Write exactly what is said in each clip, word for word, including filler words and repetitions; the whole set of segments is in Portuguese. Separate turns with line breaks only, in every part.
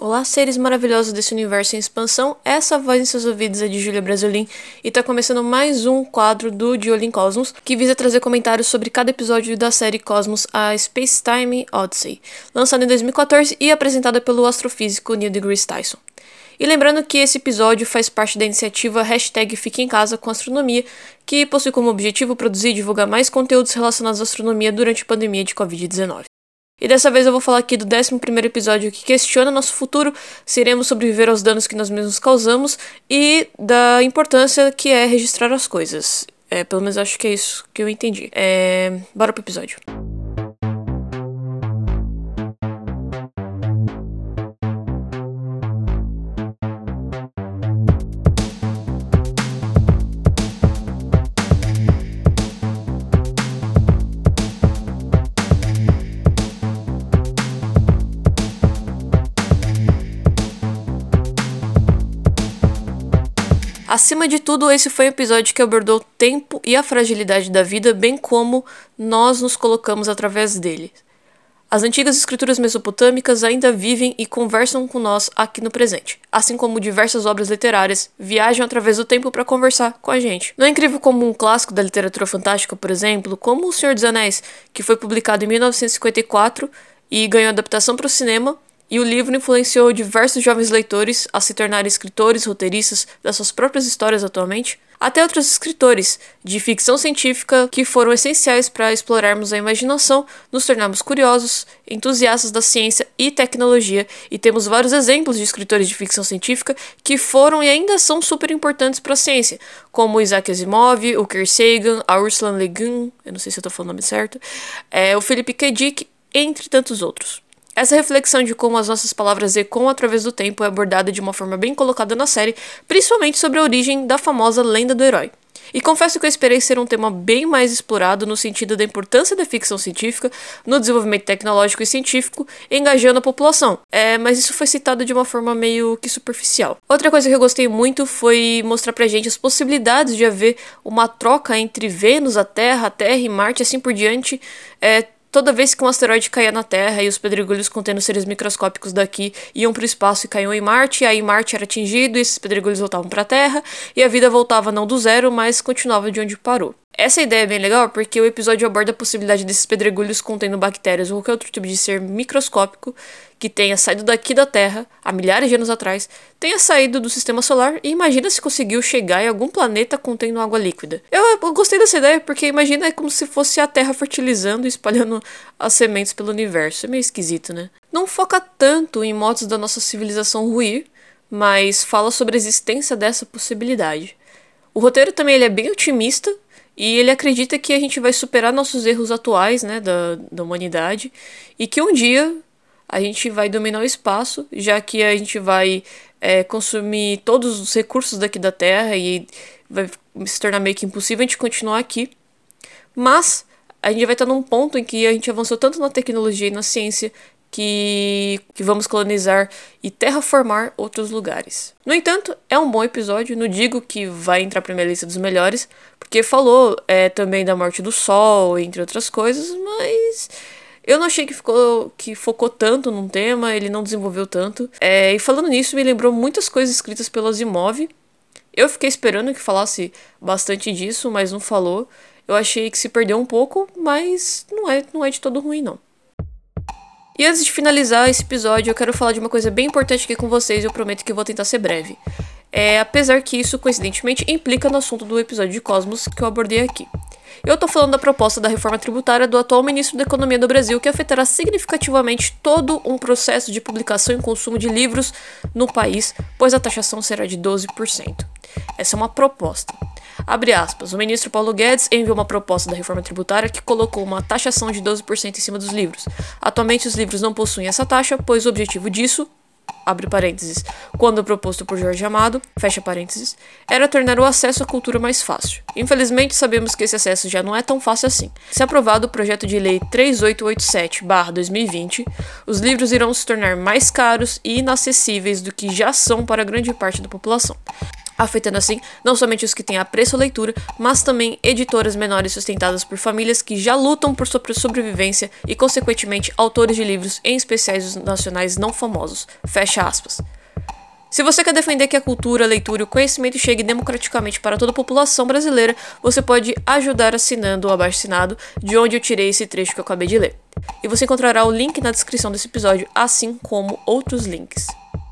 Olá, seres maravilhosos desse universo em expansão, essa voz em seus ouvidos é de Júlia Brasolin e tá começando mais um quadro do De Olho em Cosmos, que visa trazer comentários sobre cada episódio da série Cosmos, a Space Time Odyssey, lançada em dois mil e quatorze e apresentada pelo astrofísico Neil deGrasse Tyson. E lembrando que esse episódio faz parte da iniciativa hashtag Fique em Casa com Astronomia, que possui como objetivo produzir e divulgar mais conteúdos relacionados à astronomia durante a pandemia de covid dezenove. E dessa vez eu vou falar aqui do décimo primeiro episódio que questiona nosso futuro, se iremos sobreviver aos danos que nós mesmos causamos e da importância que é registrar as coisas. É, pelo menos acho que é isso que eu entendi. É, bora pro episódio. Acima de tudo, esse foi um episódio que abordou o tempo e a fragilidade da vida, bem como nós nos colocamos através dele. As antigas escrituras mesopotâmicas ainda vivem e conversam com nós aqui no presente, assim como diversas obras literárias viajam através do tempo para conversar com a gente. Não é incrível como um clássico da literatura fantástica, por exemplo, como O Senhor dos Anéis, que foi publicado em mil novecentos e cinquenta e quatro e ganhou adaptação para o cinema, e o livro influenciou diversos jovens leitores a se tornarem escritores, roteiristas das suas próprias histórias atualmente, até outros escritores de ficção científica que foram essenciais para explorarmos a imaginação, nos tornarmos curiosos, entusiastas da ciência e tecnologia, e temos vários exemplos de escritores de ficção científica que foram e ainda são super importantes para a ciência, como Isaac Asimov, o Carl Sagan, a Ursula Le Guin, eu não sei se eu estou falando o nome certo, é, o Philip K. Dick, entre tantos outros. Essa reflexão de como as nossas palavras ecoam através do tempo é abordada de uma forma bem colocada na série, principalmente sobre a origem da famosa lenda do herói. E confesso que eu esperei ser um tema bem mais explorado no sentido da importância da ficção científica no desenvolvimento tecnológico e científico, engajando a população. É, mas isso foi citado de uma forma meio que superficial. Outra coisa que eu gostei muito foi mostrar pra gente as possibilidades de haver uma troca entre Vênus, a Terra, a Terra e Marte, assim por diante, é, toda vez que um asteroide caía na Terra e os pedregulhos contendo seres microscópicos daqui iam para o espaço e caíam em Marte, e aí Marte era atingido e esses pedregulhos voltavam para a Terra, e a vida voltava não do zero, mas continuava de onde parou. Essa ideia é bem legal porque o episódio aborda a possibilidade desses pedregulhos contendo bactérias ou qualquer outro tipo de ser microscópico que tenha saído daqui da Terra, há milhares de anos atrás, tenha saído do sistema solar e imagina se conseguiu chegar em algum planeta contendo água líquida. Eu, eu gostei dessa ideia porque imagina é como se fosse a Terra fertilizando e espalhando as sementes pelo universo. É meio esquisito, né? Não foca tanto em modos da nossa civilização ruir, mas fala sobre a existência dessa possibilidade. O roteiro também ele é bem otimista, e ele acredita que a gente vai superar nossos erros atuais, né, da, da humanidade, e que um dia a gente vai dominar o espaço, já que a gente vai é, consumir todos os recursos daqui da Terra e vai se tornar meio que impossível a gente continuar aqui. Mas a gente vai estar num ponto em que a gente avançou tanto na tecnologia e na ciência Que, que vamos colonizar e terraformar outros lugares. No entanto, é um bom episódio, não digo que vai entrar para minha lista dos melhores, porque falou é, também da morte do Sol, entre outras coisas, mas eu não achei que, ficou, que focou tanto num tema, ele não desenvolveu tanto. É, e falando nisso, me lembrou muitas coisas escritas pelo Asimov. Eu fiquei esperando que falasse bastante disso, mas não falou. Eu achei que se perdeu um pouco, mas não é, não é de todo ruim, não. E antes de finalizar esse episódio, eu quero falar de uma coisa bem importante aqui com vocês e eu prometo que eu vou tentar ser breve. É, apesar que isso, coincidentemente, implica no assunto do episódio de Cosmos que eu abordei aqui. Eu tô falando da proposta da reforma tributária do atual ministro da Economia do Brasil, que afetará significativamente todo um processo de publicação e consumo de livros no país, pois a taxação será de doze por cento. Essa é uma proposta. Abre aspas, o ministro Paulo Guedes enviou uma proposta da reforma tributária que colocou uma taxação de doze por cento em cima dos livros. Atualmente os livros não possuem essa taxa, pois o objetivo disso, abre parênteses, quando proposto por Jorge Amado, fecha parênteses, era tornar o acesso à cultura mais fácil. Infelizmente sabemos que esse acesso já não é tão fácil assim. Se aprovado o projeto de lei três mil oitocentos e oitenta e sete barra dois mil e vinte, os livros irão se tornar mais caros e inacessíveis do que já são para grande parte da população. afetando assim não somente os que têm apreço à leitura, mas também editoras menores sustentadas por famílias que já lutam por sua sobrevivência e, consequentemente, autores de livros, em especiais os nacionais não famosos. Fecha aspas. Se você quer defender que a cultura, a leitura e o conhecimento chegue democraticamente para toda a população brasileira, você pode ajudar assinando o abaixo-assinado, de onde eu tirei esse trecho que eu acabei de ler. E você encontrará o link na descrição desse episódio, assim como outros links.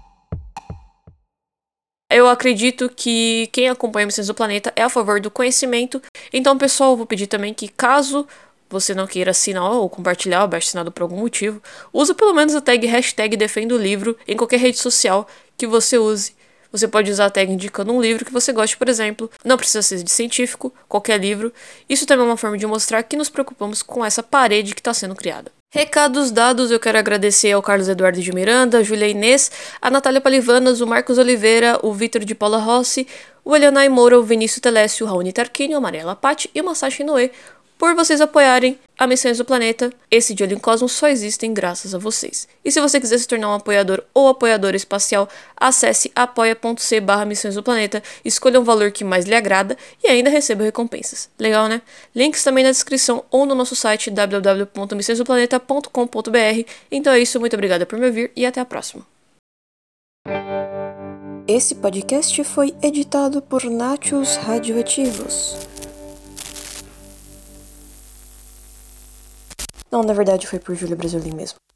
Eu acredito que quem acompanha Missões do Planeta é a favor do conhecimento, então, pessoal, eu vou pedir também que, caso você não queira assinar ou compartilhar o abaixo-assinado por algum motivo, use pelo menos a tag hashtag Defenda o Livro em qualquer rede social que você use. Você pode usar a tag indicando um livro que você goste, por exemplo. Não precisa ser de científico, qualquer livro. Isso também é uma forma de mostrar que nos preocupamos com essa parede que está sendo criada. Recados dados, eu quero agradecer ao Carlos Eduardo de Miranda, a Júlia Inês, a Natália Palivanas, o Marcos Oliveira, o Vitor de Paula Rossi, o Elianai Moura, o Vinícius Telécio, o Raoni Tarquini, a Mariela Patti e o Masashi Noé, por vocês apoiarem a Missões do Planeta. Esse De Olho em Cosmos só existem graças a vocês. E se você quiser se tornar um apoiador ou apoiadora espacial, acesse apoia.c barra Missões do Planeta, escolha um valor que mais lhe agrada e ainda receba recompensas. Legal, né? Links também na descrição ou no nosso site w w w ponto missões do planeta ponto com ponto b r. Então é isso, muito obrigada por me ouvir e até a próxima. Esse podcast foi editado por Nachos Radioativos. Não, na verdade foi por Júlia Brasilin mesmo.